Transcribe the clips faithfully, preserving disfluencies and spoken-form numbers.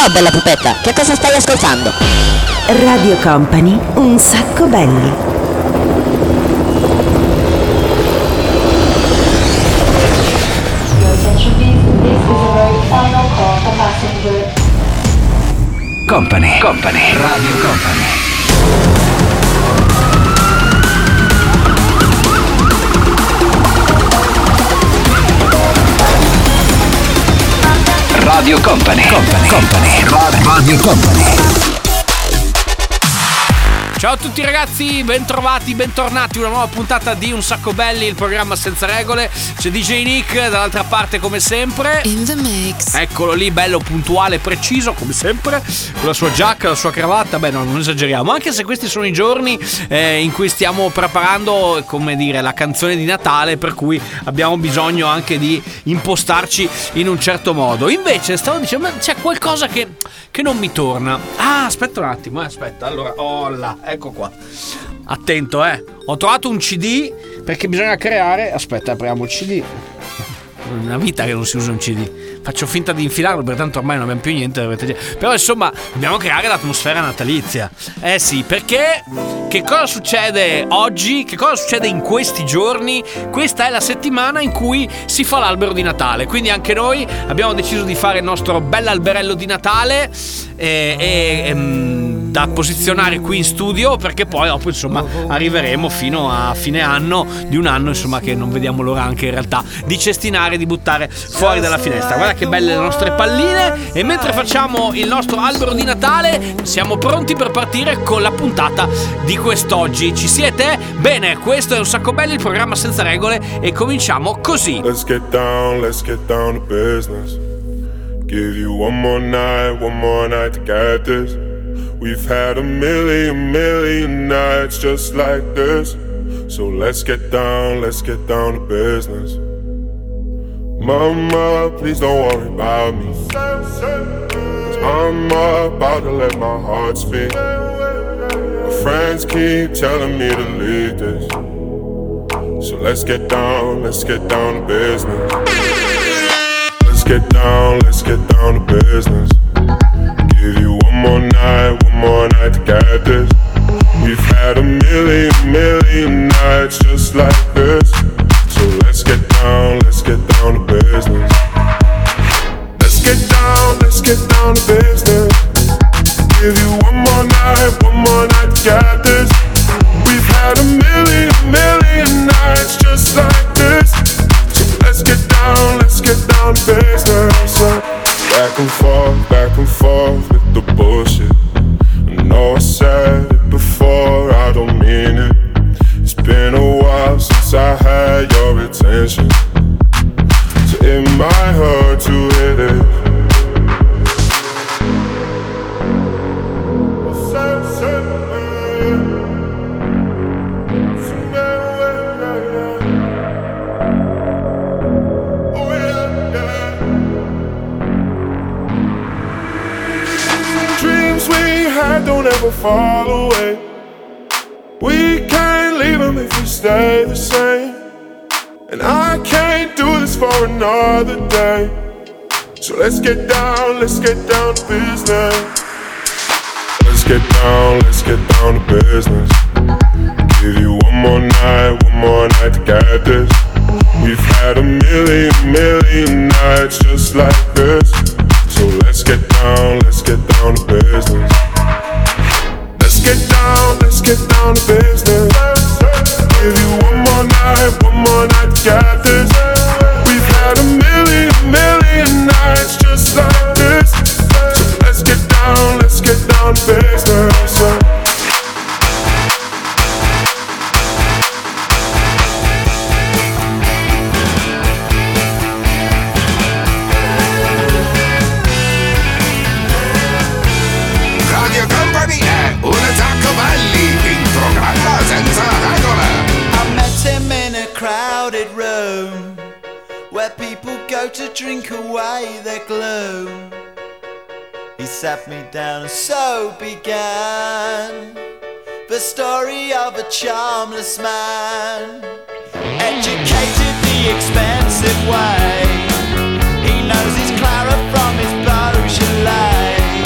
Ciao bella pupetta, che cosa stai ascoltando? Radio Company, un sacco belli. Company, Company, Radio Company. Radio Company, Company, Company, Radio Company. Ciao a tutti ragazzi, bentrovati, bentornati, una nuova puntata di Un Sacco Belli, il programma senza regole. C'è D J Nick dall'altra parte come sempre. In the mix. Eccolo lì, bello, puntuale, preciso come sempre, con la sua giacca, la sua cravatta. Beh no, non esageriamo, anche se questi sono i giorni eh, in cui stiamo preparando, come dire, la canzone di Natale, per cui abbiamo bisogno anche di impostarci in un certo modo. Invece stavo dicendo, c'è qualcosa che, che non mi torna. Ah, aspetta un attimo, eh, aspetta, allora, oh là, ecco qua. Attento, eh. Ho trovato un C D, perché bisogna creare. Aspetta, apriamo il C D. Una vita che non si usa un C D. Faccio finta di infilarlo, perché tanto ormai non abbiamo più niente. Però insomma, dobbiamo creare l'atmosfera natalizia. Eh sì, perché che cosa succede oggi? Che cosa succede in questi giorni? Questa è la settimana in cui si fa l'albero di Natale. Quindi anche noi abbiamo deciso di fare il nostro bell'alberello di Natale e, e, e da posizionare qui in studio, perché poi dopo insomma arriveremo fino a fine anno di un anno insomma che non vediamo l'ora anche in realtà di cestinare, di buttare fuori dalla finestra. Guarda che belle le nostre palline. E mentre facciamo il nostro albero di Natale siamo pronti per partire con la puntata di quest'oggi. Ci siete? Bene, questo è Un Sacco Belli, il programma senza regole, e cominciamo così. Let's get down, let's get down to business. Give you one more night, one more night to get this. We've had a million, million nights just like this. So let's get down, let's get down to business. Mama, please don't worry about me, 'cause I'm about to let my heart speak. My friends keep telling me to leave this. So let's get down, let's get down to business. Let's get down, let's get down to business. Give you one more night, one more night to get this. We've had a million, million nights just like this. So let's get down, let's get down to business. Let's get down, let's get down to business. Give you one more night, one more night to get this. We've had a million, million nights just like this. So let's get down, let's get down to business. Back and forth, back and forth with the bullshit. I know I said it before, I don't mean it. It's been a while since I had your attention, so it might hurt to hit it. Don't ever fall away. We can't leave them if we stay the same. And I can't do this for another day. So let's get down, let's get down to business. Let's get down, let's get down to business. Give you one more night, one more night to get this. We've had a million, million nights just like this. So let's get down, let's get down to business. Let's get down, let's get down to business. Give you one more night, one more night to get this. We've had a million, million nights just like this. So let's get down, let's get down to business. Radio Company è Un Sacco Belli, il programma senza regole. I met him in a crowded room where people go to drink away their gloom. He sat me down and so began the story of a charmless man, educated the expensive way. He knows his Clara from his Beaujolais.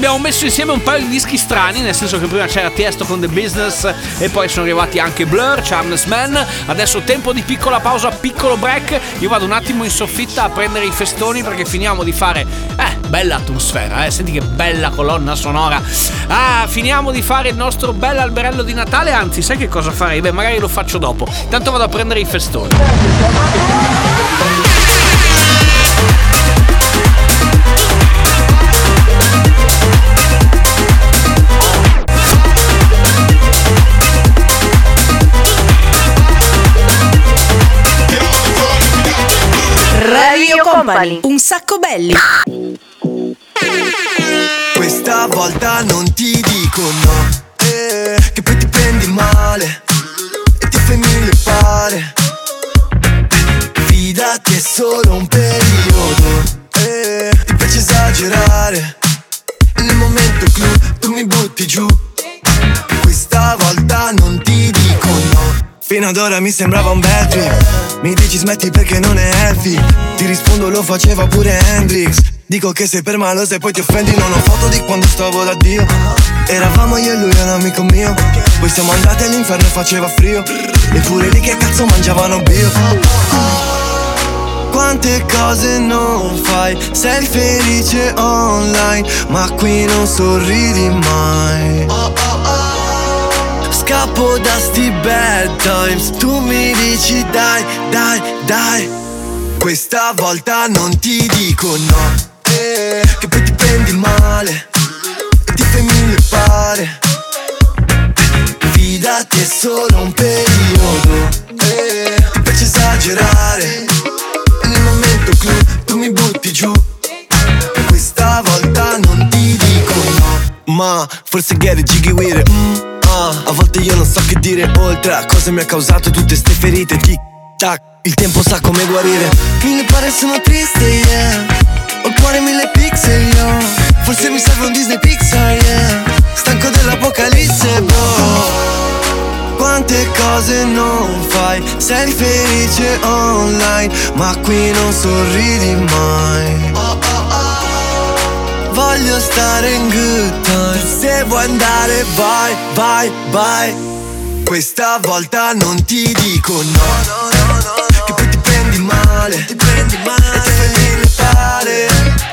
abbiamo messo insieme un paio di dischi strani, nel senso che prima c'era Tiesto con The Business e poi sono arrivati anche Blur, Charmless Man. Adesso tempo di piccola pausa, piccolo break. Io vado un attimo in soffitta a prendere i festoni perché finiamo di fare eh bella atmosfera, eh senti che bella colonna sonora. Ah, finiamo di fare il nostro bel alberello di Natale, anzi sai che cosa farei? Beh, magari lo faccio dopo. Tanto vado a prendere i festoni. Radio Company, un sacco belli. Questa volta non ti dico no, eh, che poi ti prendi male e ti fai mille pare. Fidati, è solo un periodo, eh, ti piace esagerare. Nel momento clou tu mi butti giù. Questa volta non ti dico no. Fino ad ora mi sembrava un bad trip. Mi dici smetti perché non è healthy. Ti rispondo lo faceva pure Hendrix. Dico che sei permalosa e poi ti offendi. Non ho foto di quando stavo da Dio. Eravamo io e lui un amico mio. Poi siamo andati all'inferno e faceva frio. Eppure lì che cazzo mangiavano bio. Quante cose non fai. Sei felice online, ma qui non sorridi mai. Scappo da sti bad times. Tu mi dici dai, dai, dai. Questa volta non ti dico no, eh, che poi ti prendi male e ti fai mille pare. Fidati, è solo un periodo, eh, ti piace esagerare. Nel momento clou tu mi butti giù. Questa volta non ti dico no, ma forse get it jiggy with it. mm. A volte io non so che dire oltre a cosa mi ha causato tutte ste ferite. Tic tac, il tempo sa come guarire. Mille pare sono triste, yeah. Ho il cuore mille pixel, yo. Forse mi serve un Disney Pixar, yeah. Stanco dell'apocalisse, bro. Quante cose non fai. Sei felice online, ma qui non sorridi mai. Voglio stare in good times. Se vuoi andare vai, vai, vai. Questa volta non ti dico no, che poi ti prendi male, ti prendi male e ti fai mille pare.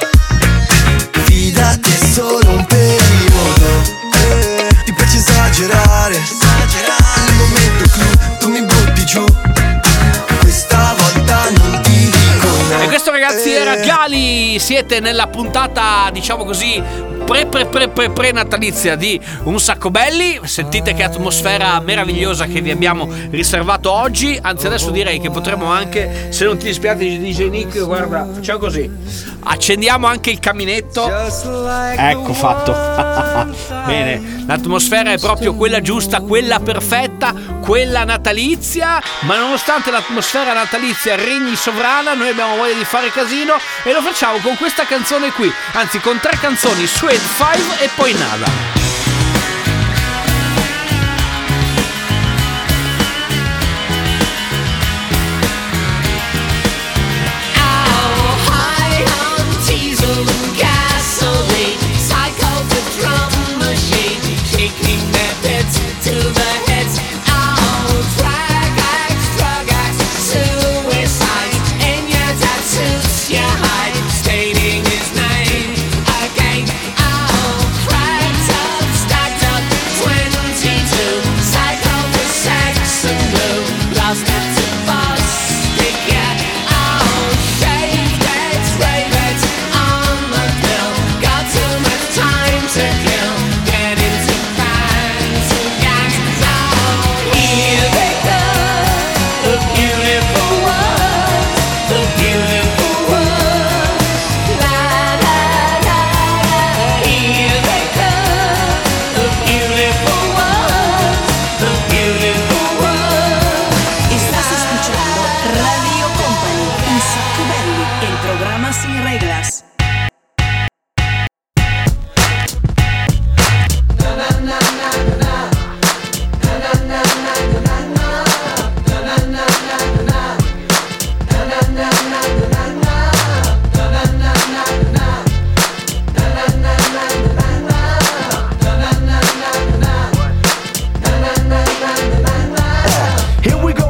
Fidati, è solo un periodo, eh, ti piace esagerare. Nel momento clou tu mi butti giù. Questa volta non ti dico no. E questo ragazzi era Gali. Siete nella puntata, diciamo così, pre pre pre pre pre natalizia di Un Sacco Belli. Sentite che atmosfera meravigliosa che vi abbiamo riservato oggi. Anzi, adesso direi che potremmo anche, se non ti dispiace D J Nick, guarda, facciamo così, accendiamo anche il caminetto. Ecco fatto. Bene, l'atmosfera è proprio quella giusta, quella perfetta, quella natalizia. Ma nonostante l'atmosfera natalizia regni sovrana, noi abbiamo voglia di fare casino e lo facciamo con questa canzone qui. Anzi, con tre canzoni, Suede Five e poi Nada.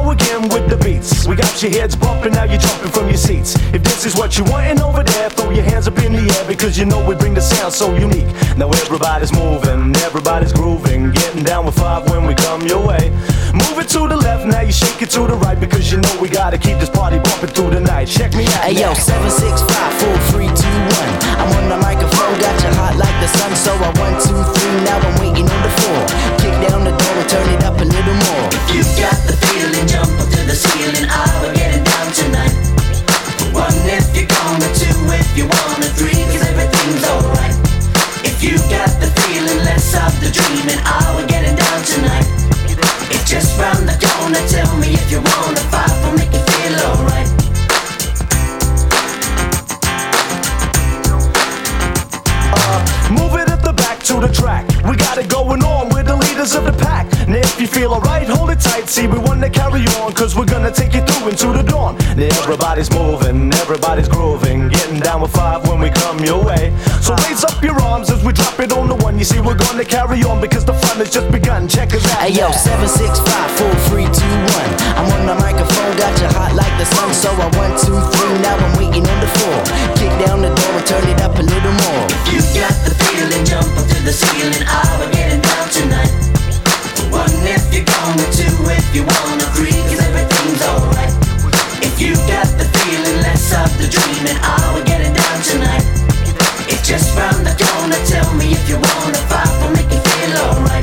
go again with the beats. We got your heads bumping, now you're jumping from your seats. If this is what you wantin' over there, throw your hands up in the air, because you know we bring the sound so unique. Now everybody's moving, everybody's grooving, getting down with five when we come your way. Move it to the left, now you shake it to the right, because you know we gotta keep this party bumping through the night. Check me out. Hey yo, seven, six, five, four, three, two, one. I'm on the microphone, got you hot like the sun. So I one, two, three, now I'm waiting on the four. Kick down the door and turn it up a little more. If you got the feeling, jump up to the ceiling. I will get it down tonight. One if you're gonna, two if you wanna, three cause everything's alright. If you got the feeling, let's stop the dreaming. I will get it down tonight. It's just round the corner, tell me if you wanna. Five will make you feel alright. Uh, move it at the back to the track. We got it going on, we're the leaders of the pack. And if you feel alright, hold it tight. See, we wanna carry on, cause we're gonna take you through into the dawn. Now everybody's moving, everybody's grooving, getting down with five when we come your way. So raise up your arms as we drop it on the one. You see, we're gonna carry on because the fun has just begun. Check us out. Hey yo, seven, six, five, four, three, two, one. I'm on the microphone, got you hot like the sun. So I one, two, three, now I'm waiting on the four. Kick down the door and turn it up a little more. If you got the feeling, jump up to the ceiling. I will get it down tonight. One if you're gonna, two if you wanna, three cause everything's alright. If you got the feeling, let's stop the dreaming. I will get it down tonight. It's just round the corner, tell me if you wanna. Five will make you feel alright.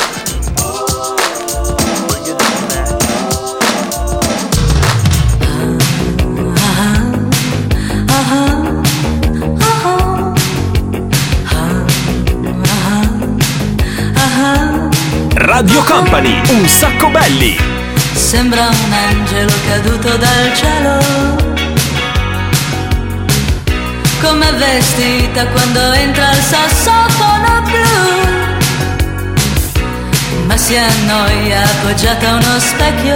Radio Company, un sacco belli. Sembra un angelo caduto dal cielo, come vestita quando entra il sassofono blu, ma si annoia appoggiata a uno specchio,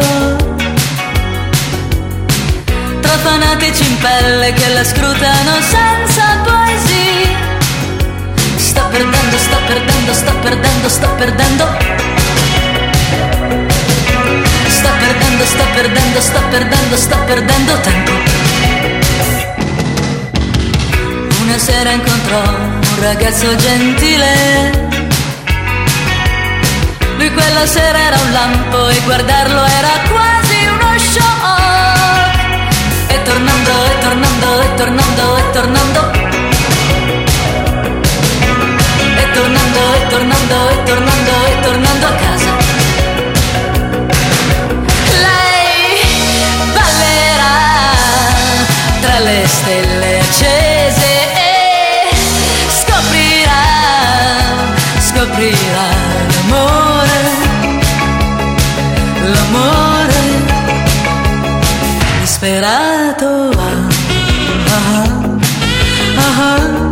tra fanatici in pelle che la scrutano senza poesia. Sto perdendo, sto perdendo, sto perdendo, sto perdendo. Sto perdendo, sto perdendo, sto perdendo, sto perdendo tempo. Una sera incontrò un ragazzo gentile. Lui quella sera era un lampo e guardarlo era quasi uno shock. E tornando, e tornando, e tornando, e tornando. E tornando, e tornando, e tornando, e tornando a casa. Tra le stelle accese e scoprirà, scoprirà l'amore, l'amore disperato. Ah, ah, ah, ah,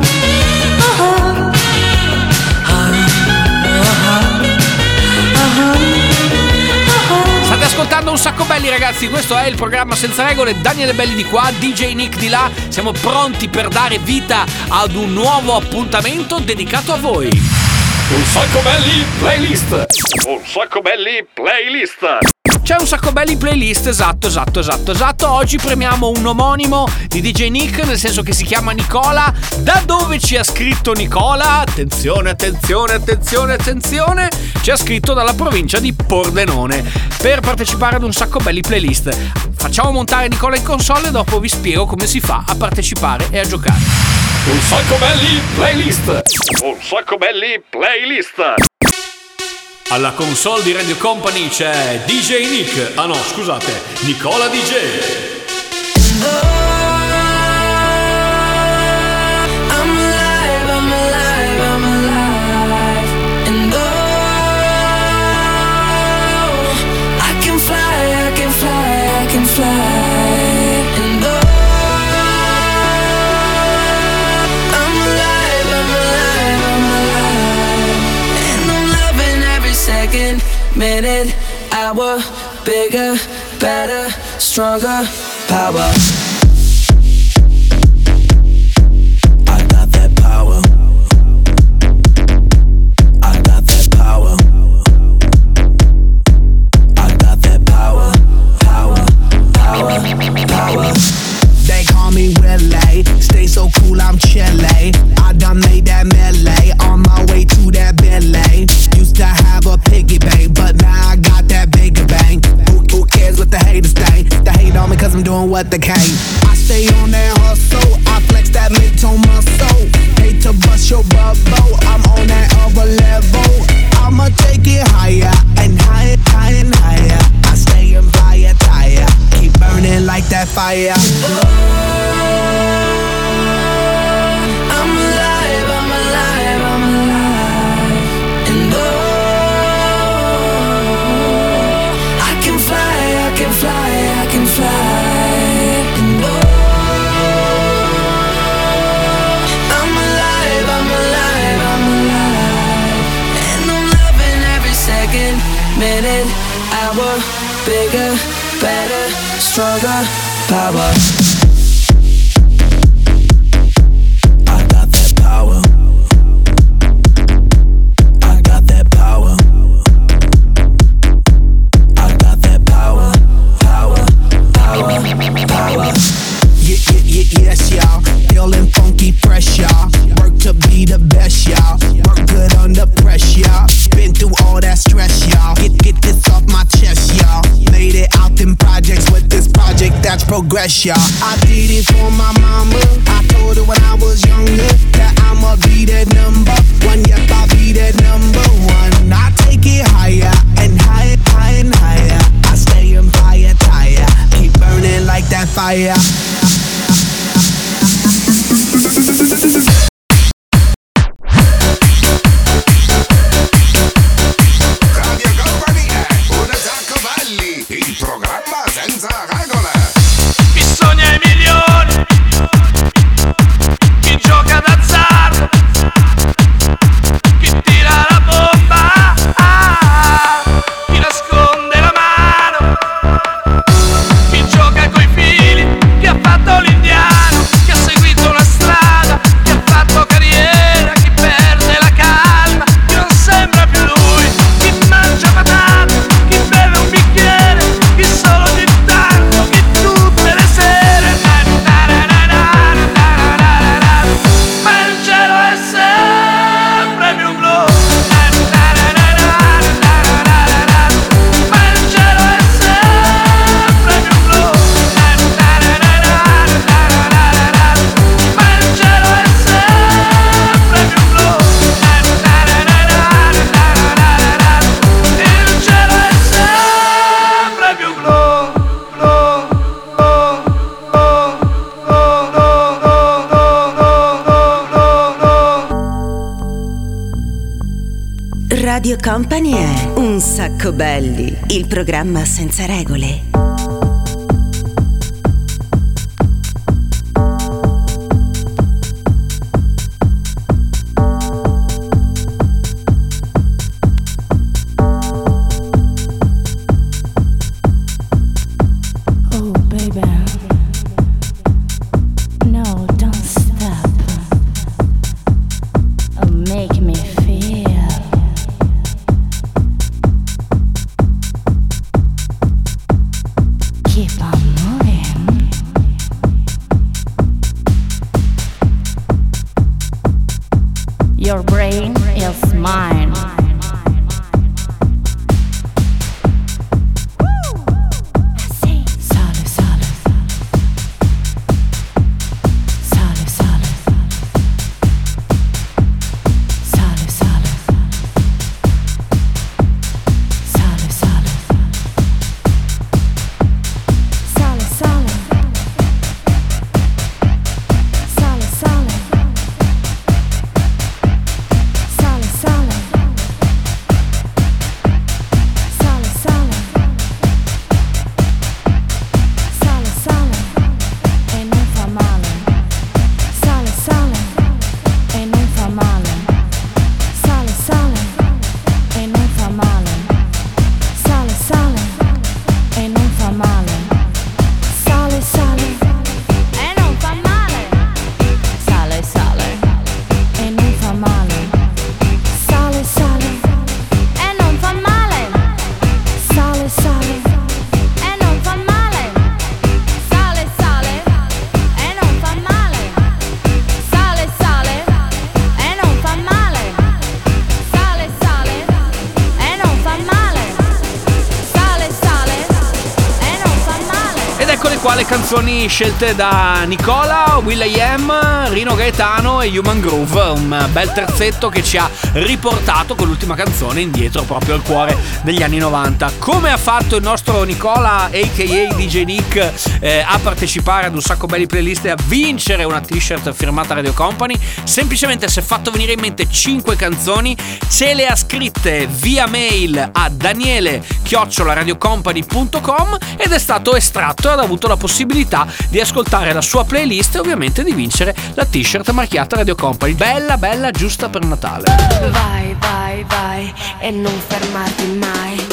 State ascoltando Un Sacco Belli, ragazzi, questo è il programma senza regole. Daniele Belli di qua, D J Nick di là. Siamo pronti per dare vita ad un nuovo appuntamento dedicato a voi. Un Sacco Belli playlist. Un Sacco Belli playlist. C'è Un Sacco Belli playlist, esatto, esatto, esatto, esatto. Oggi premiamo un omonimo di D J Nick, nel senso che si chiama Nicola. Da dove ci ha scritto Nicola? Attenzione, attenzione, attenzione, attenzione. Ci ha scritto dalla provincia di Pordenone per partecipare ad Un Sacco Belli playlist. Facciamo montare Nicola in console e dopo vi spiego come si fa a partecipare e a giocare. Un Sacco Belli playlist. Un Sacco Belli playlist. Alla console di Radio Company c'è D J Nick. Ah no, scusate, Nicola D J. Minute, hour, bigger, better, stronger, power. I got that power. I got that power. I got that power. I'm doing what they can. I stay on that hustle, I flex that mid-tone muscle. Hate to bust your bubble, I'm on that other level. I'ma take it higher and higher, higher and higher. I stay in fire tire, keep burning like that fire. I'm alive, I'm alive, I'm alive. And oh, I can fly, I can fly, I can fly. And oh, I'm alive, I'm alive, I'm alive. And I'm loving every second, minute, hour. Bigger, better, stronger, power. Yes, y'all, feeling funky fresh, y'all. Work to be the best, y'all. Work good under pressure, y'all. Been through all that stress, y'all. Get get this off my chest, y'all. Made it out in projects with this project that's progress, y'all. I did it for my mama. I told her when I was younger that I'ma be that number one. Yep, I'll be that number one. I take it higher and higher, higher and higher. I stay in fire tire, keep burning like that fire. Radio Company è una Zacco Belli, il programma senza regole. Chi sogna i milioni, chi gioca d'azzardo, chi tira la bomba, ah, chi nasconde la mano, chi gioca coi fili, chi ha fatto l'indiano, chi ha seguito una strada, chi ha fatto carriera, chi perde la calma, chi non sembra più lui, chi mangia patate, chi beve un bicchiere, chi solo di tanto, chi tutte le sere. Ma il cielo è sempre più blu. Ma il cielo è sempre più blu. Ma il cielo è sempre più blu. Il cielo è sempre più blu. Radio Company è Un Sacco Belli, il programma senza regole. Oh, baby. No, don't stop. Oh, make me feel. Keep on moving. Your brain is mine. Sale, sale. Sale, sale. Sale, sale. Sale, sale. Sale, sale. Sale, sale. Sale, sale. qua le canzoni scelte da Nicola, will.i.am, Rino Gaetano e Human Groove, un bel terzetto che ci ha riportato con l'ultima canzone indietro proprio al cuore degli anni novanta. Come ha fatto il nostro Nicola aka D J Nick eh, a partecipare ad un sacco belli playlist e a vincere una t-shirt firmata Radio Company? Semplicemente si è fatto venire in mente cinque canzoni, ce le ha scritte via mail a daniele chiocciola radiocompany punto com ed è stato estratto e ha avuto la possibilità di ascoltare la sua playlist e ovviamente di vincere la t-shirt marchiata Radio Company. Bella, bella, giusta per Natale. Vai, vai, vai e non fermarti mai.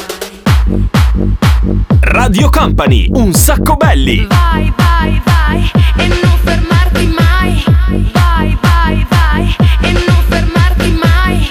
Radio Company, un sacco belli. Vai, vai, vai e non fermarti mai. Vai, vai, vai e non fermarti mai.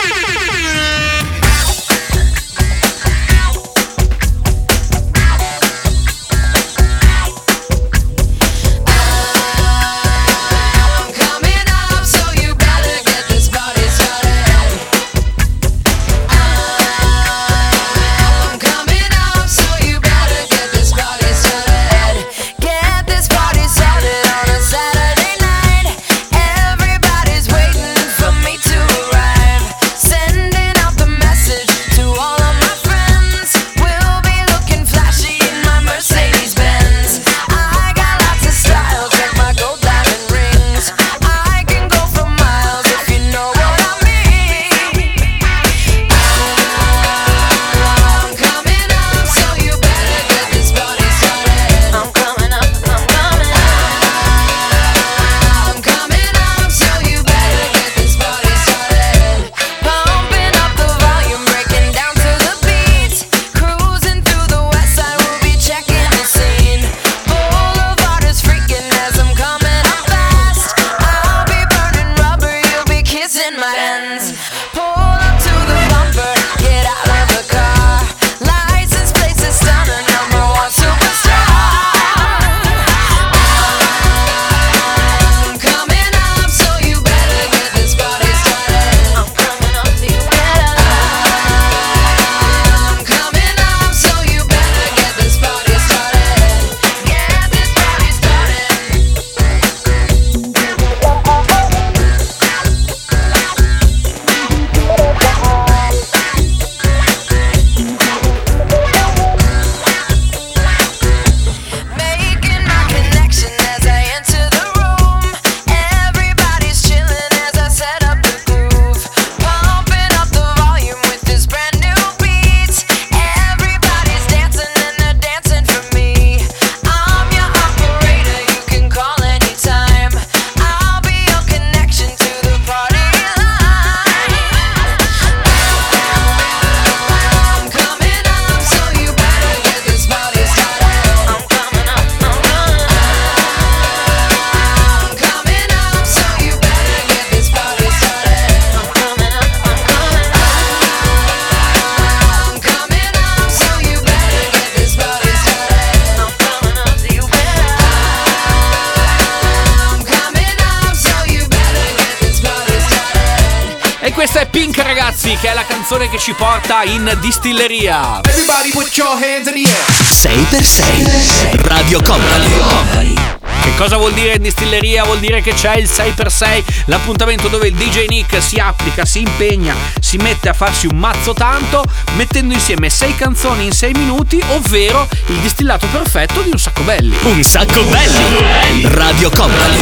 Questa è Pink, ragazzi, che è la canzone che ci porta in distilleria. Everybody put your hands in the air. sei per sei Radio Company. Che cosa vuol dire in distilleria? Vuol dire che c'è il sei per sei, l'appuntamento dove il D J Nick si applica, si impegna, si mette a farsi un mazzo tanto, mettendo insieme sei canzoni in sei minuti, ovvero il distillato perfetto di un sacco belli. Un sacco belli. Radio Company.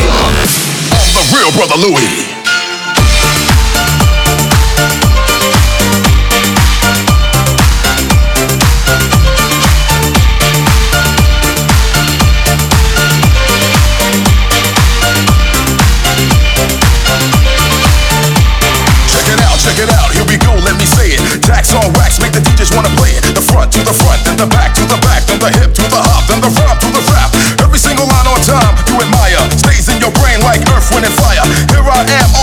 I'm the real brother Louie. Check it out, here we go, let me say it. Jacks on wax, make the D Js wanna play it. The front to the front, then the back to the back, then the hip to the hop, then the rhyme to the rap. Every single line on time, you admire. Stays in your brain like earth, wind, and fire. Here I am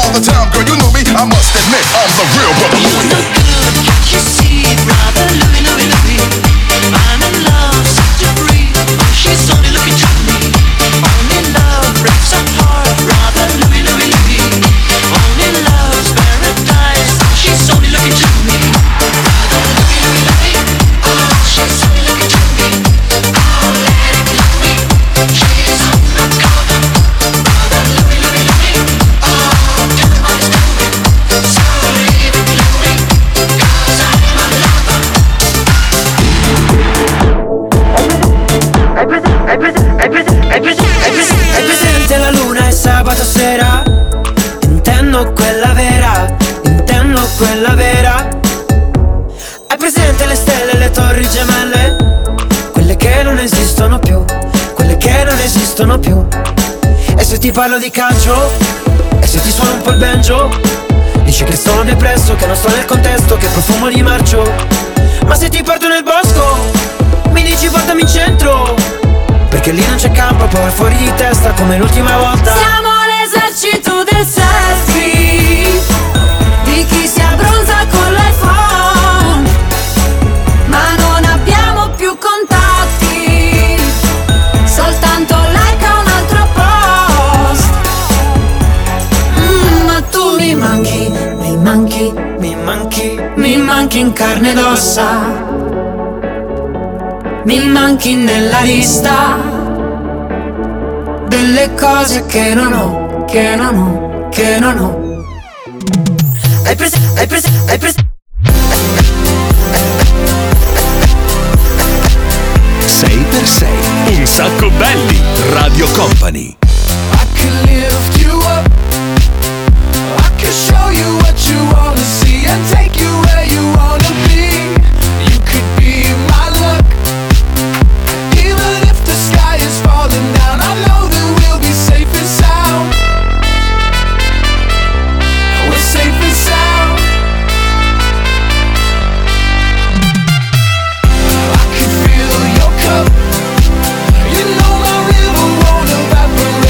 Hai presente, hai presente, hai presente, hai presente, hai presente la luna e sabato sera? Intendo quella vera, intendo quella vera. Hai presente le stelle e le torri gemelle? Quelle che non esistono più, quelle che non esistono più. E se ti parlo di calcio, e se ti suono un po' il banjo, dici che sono depresso, che non sto nel contesto, che profumo di marcio. Ma se ti porto nel bosco, mi dici portami in centro, perché lì non c'è campo, poi fuori di testa come l'ultima volta. Siamo l'esercito del selfie, di chi si abbronza con l'iPhone, ma non abbiamo più contatti, soltanto like a un altro post. Mm, ma tu mi manchi, mi manchi, mi manchi, mi manchi in carne ed ossa, mi manchi nella lista delle cose che non ho, che non ho, che non ho. Hai presente, hai presente, hai presente. sei per sei, un sacco belli, Radio Company. I can lift you up, I can show you what you wanna see and take you where you wanna be. You could be my luck, even if the sky is falling down, I know that we'll be safe and sound. We're safe and sound. I can fill your cup, you know my river won't evaporate.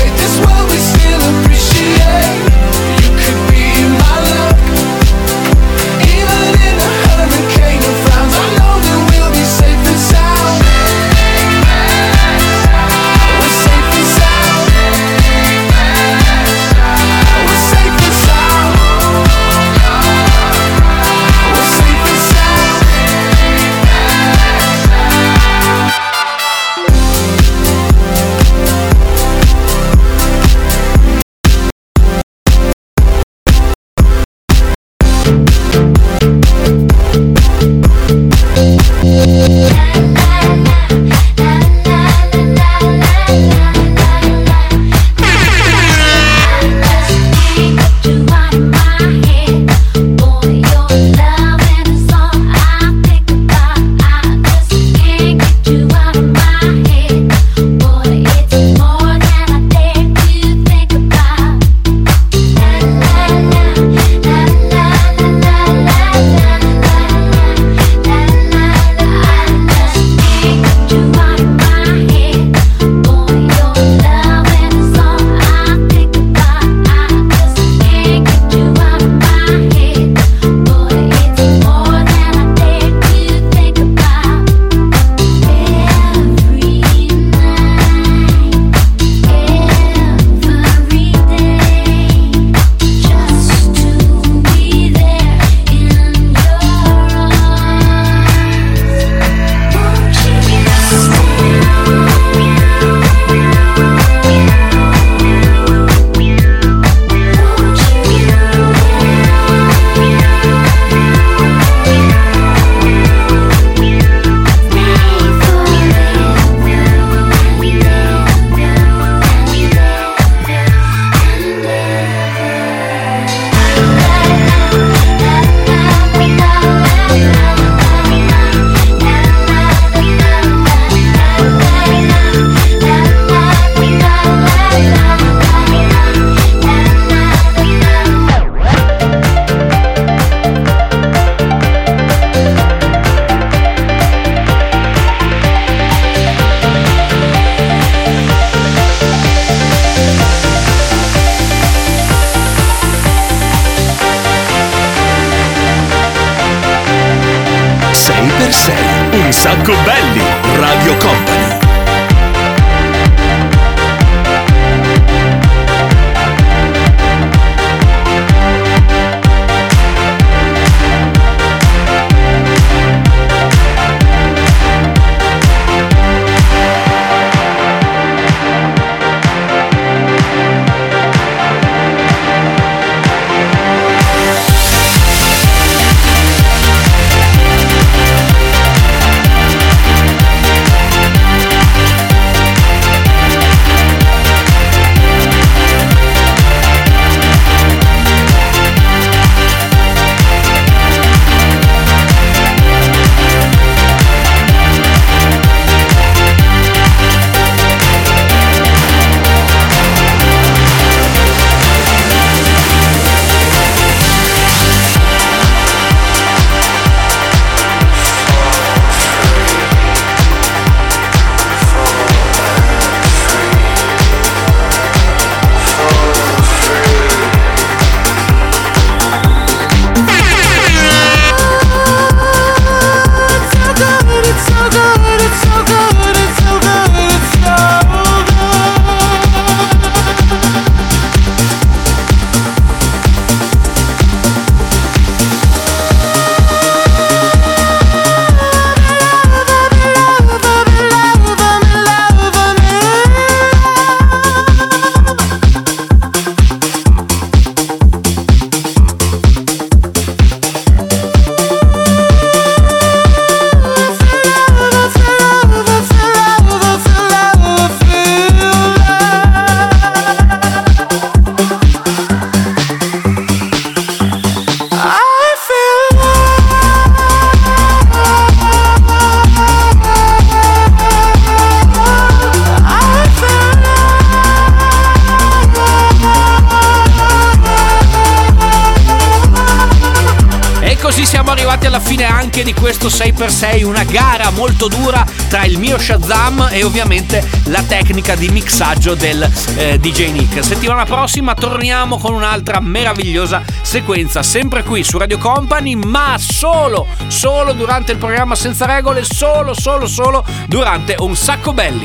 anche di questo sei per sei, una gara molto dura tra il mio Shazam e ovviamente la tecnica di mixaggio del eh, D J Nick. Settimana prossima torniamo con un'altra meravigliosa sequenza, sempre qui su Radio Company, ma solo, solo durante il programma Senza Regole, solo, solo, solo durante Un Sacco Belli.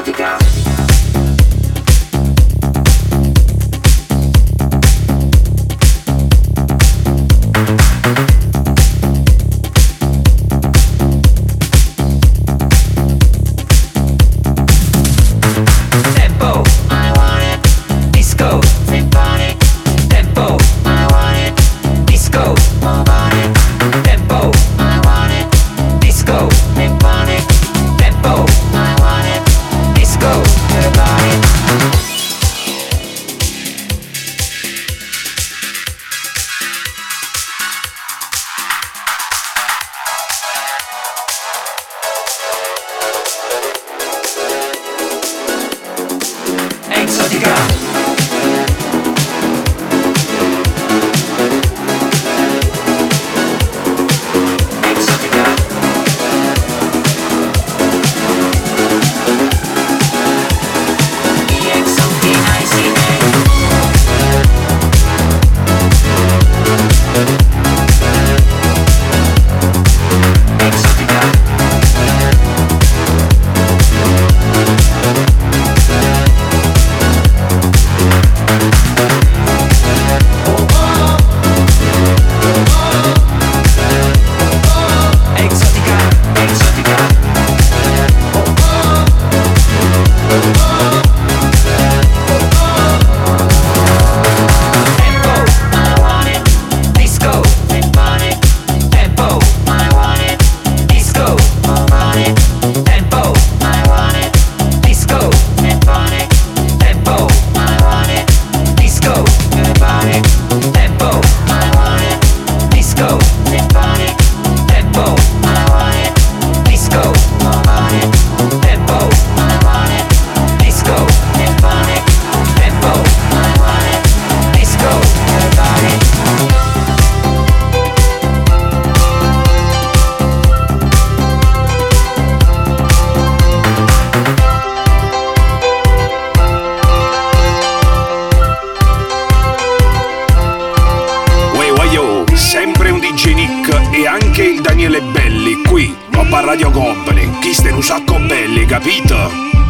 Radio Company, chi sta in un sacco belli, capito?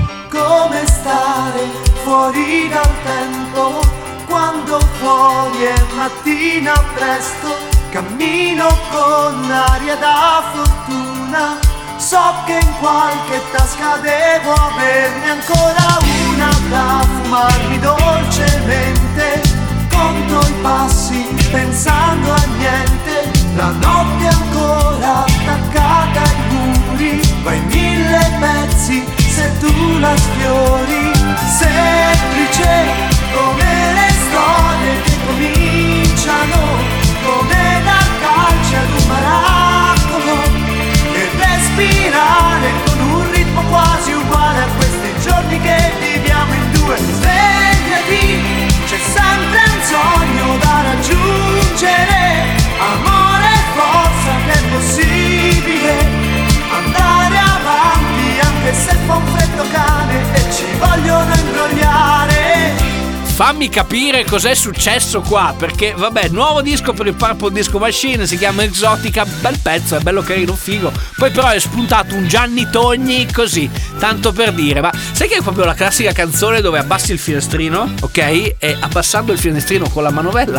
Come stare fuori dal tempo, quando fuori è mattina presto, cammino con aria da fortuna, so che in qualche tasca devo averne ancora una da fumarmi dolcemente, conto i passi pensando a niente, la notte è ancora attaccata ai muri, va in mille pezzi se tu la sfiori, semplice come le storie che cominciano, come dar calcio ad un maracolo, e respirare con un ritmo quasi uguale a questi giorni che viviamo in due. Svegliati, c'è sempre un sogno da raggiungere, amore e forza che è possibile andare avanti anche se fa un freddo cane e ci vogliono imbrogliare. Fammi capire cos'è successo qua, perché vabbè, nuovo disco per il Purple Disco Machine, si chiama Exotica, bel pezzo, è bello carino, figo. Poi però è spuntato un Gianni Togni così, tanto per dire. Ma sai che è proprio la classica canzone dove abbassi il finestrino, ok? E abbassando il finestrino con la manovella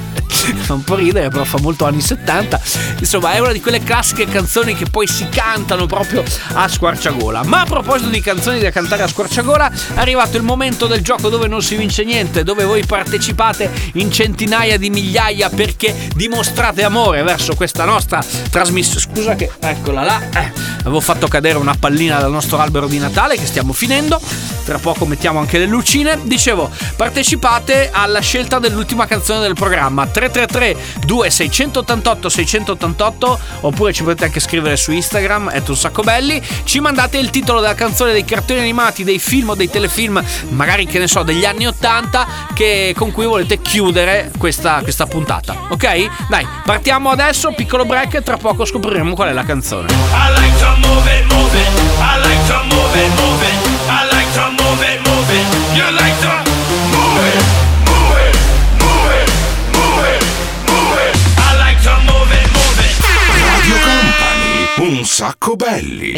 fa un po' ridere, però fa molto anni settanta. Insomma, è una di quelle classiche canzoni che poi si cantano proprio a squarciagola. Ma a proposito di canzoni da cantare a squarciagola, è arrivato il momento del gioco dove non si vince niente, dove voi partecipate in centinaia di migliaia perché dimostrate amore verso questa nostra trasmissione. Scusa che, eccola là, eh, avevo fatto cadere una pallina dal nostro albero di Natale che stiamo finendo, tra poco mettiamo anche le lucine. Dicevo, partecipate alla scelta dell'ultima canzone del programma, tre tre tre due sei otto otto sei otto otto, oppure ci potete anche scrivere su Instagram at un sacco belli, ci mandate il titolo della canzone, dei cartoni animati, dei film o dei telefilm, magari che ne so, degli anni ottanta, ottanta che, con cui volete chiudere questa, questa puntata, ok? Dai, partiamo adesso, piccolo break, tra poco scopriremo qual è la canzone. I like to move it, move it. I like to move it, move it. I like to move it, move it. You like to move it, move it, move it, move it, move it. I like to move it, move it. Radio Company, un sacco belli.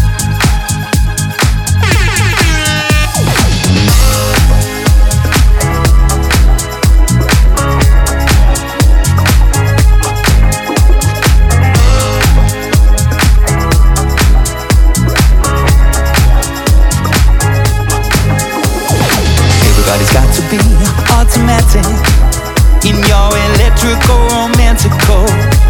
Everybody's got to be automatic in your electrical romantical.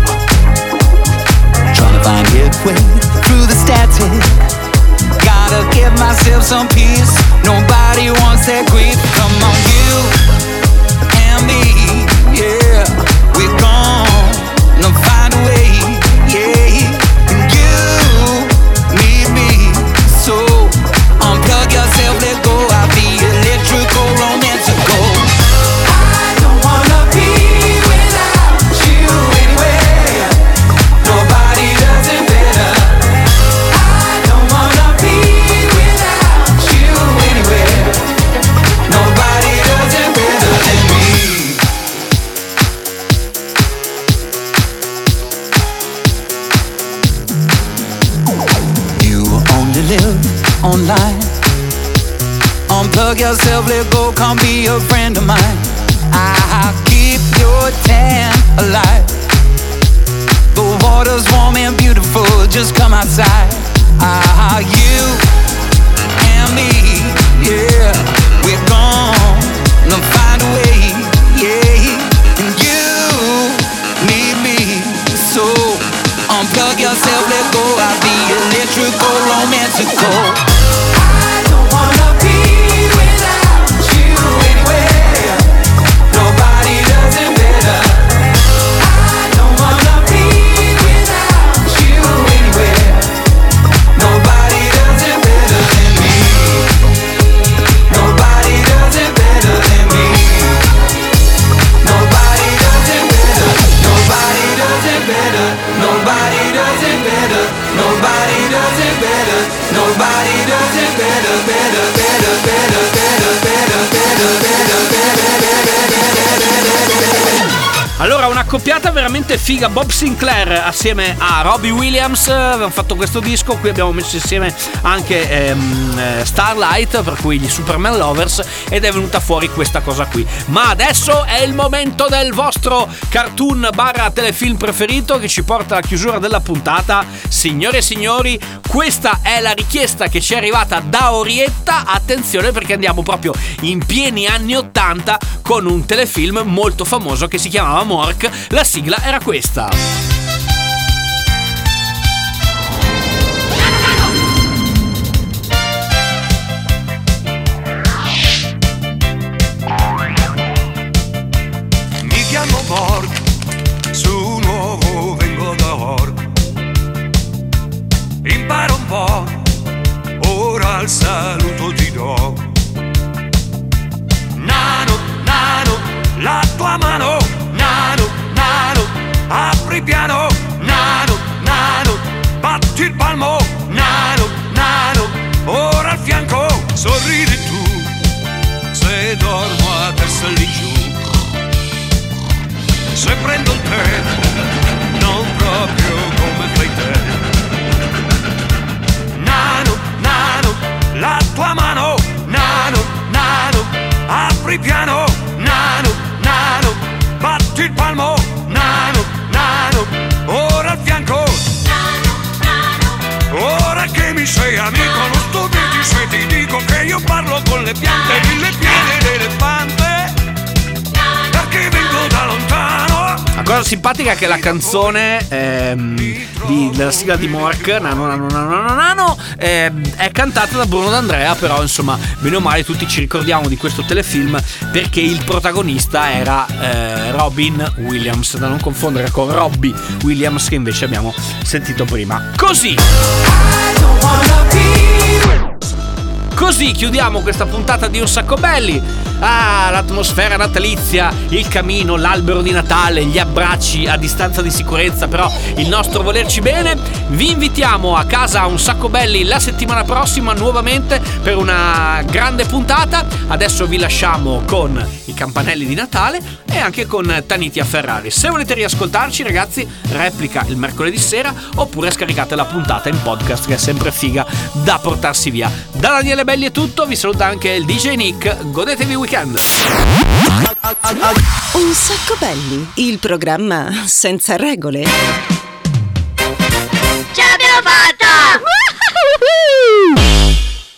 Trying to find headway through the static. Gotta give myself some peace. Nobody wants that grief. Come on, you and me, yeah. We're gonna find a way, yeah. And you need me, so unplug yourself, let go. I'll be electrical, romantical. I don't wanna be without you anywhere. Nobody does it better. I don't wanna be without you anywhere. Nobody does it better than me. You only live online. Unplug yourself, let go, come be a friend of mine. I'll keep your tan alive. The water's warm and beautiful, just come outside. Ah, you and me, yeah. We're gonna find a way, yeah. And you need me, so unplug yourself, let go. I'll be electrical, romantical. I don't wanna be Allora, una accoppiata veramente figa. Bob Sinclair assieme a Robbie Williams abbiamo fatto questo disco. Qui abbiamo messo insieme anche ehm, Starlight, per cui gli Superman Lovers, ed è venuta fuori questa cosa qui. Ma adesso è il momento del vostro cartoon barra telefilm preferito, che ci porta alla chiusura della puntata. Signore e signori, questa è la richiesta che ci è arrivata da Orietta. Attenzione, perché andiamo proprio in pieni anni ottanta con un telefilm molto famoso che si chiamava Mork. La sigla era questa. Mi chiamo Mork, su nuovo vengo da Ork. Impara un po', ora il saluto ti do. Nano, nano, la tua mano. Nano, nano, apri piano. Nano, nano, batti il palmo. Nano, nano, ora al fianco. Sorridi tu, se dormo a testa lì giù. Se prendo il tè, non proprio come fai te. Nano, nano, la tua mano. Nano, nano, apri piano. Nano, nano, batti il palmo. Nano, nano, ora al fianco. Nano, nano, ora che mi sei amico, non sto dirti se ti dico che io parlo con le piante, mille piede d'elefante, perché vengo da lontano. La cosa simpatica è che la canzone ehm, di, della sigla di Mork, Nano Nano Nano Nano, nano ehm, è cantata da Bruno D'Andrea, però insomma bene o male tutti ci ricordiamo di questo telefilm perché il protagonista era eh, Robin Williams, da non confondere con Robbie Williams che invece abbiamo sentito prima. Così Così chiudiamo questa puntata di Un Sacco Belli. Ah, l'atmosfera natalizia, il camino, l'albero di Natale, gli abbracci a distanza di sicurezza, però il nostro volerci bene. Vi invitiamo a casa a Un Sacco Belli la settimana prossima nuovamente per una grande puntata. Adesso vi lasciamo con i campanelli di Natale e anche con Tanitia Ferrari. Se volete riascoltarci, ragazzi, replica il mercoledì sera oppure scaricate la puntata in podcast, che è sempre figa da portarsi via. Da Daniele Belli è tutto, vi saluta anche il D J Nick. Godetevi il weekend. Un Sacco Belli, il programma senza regole.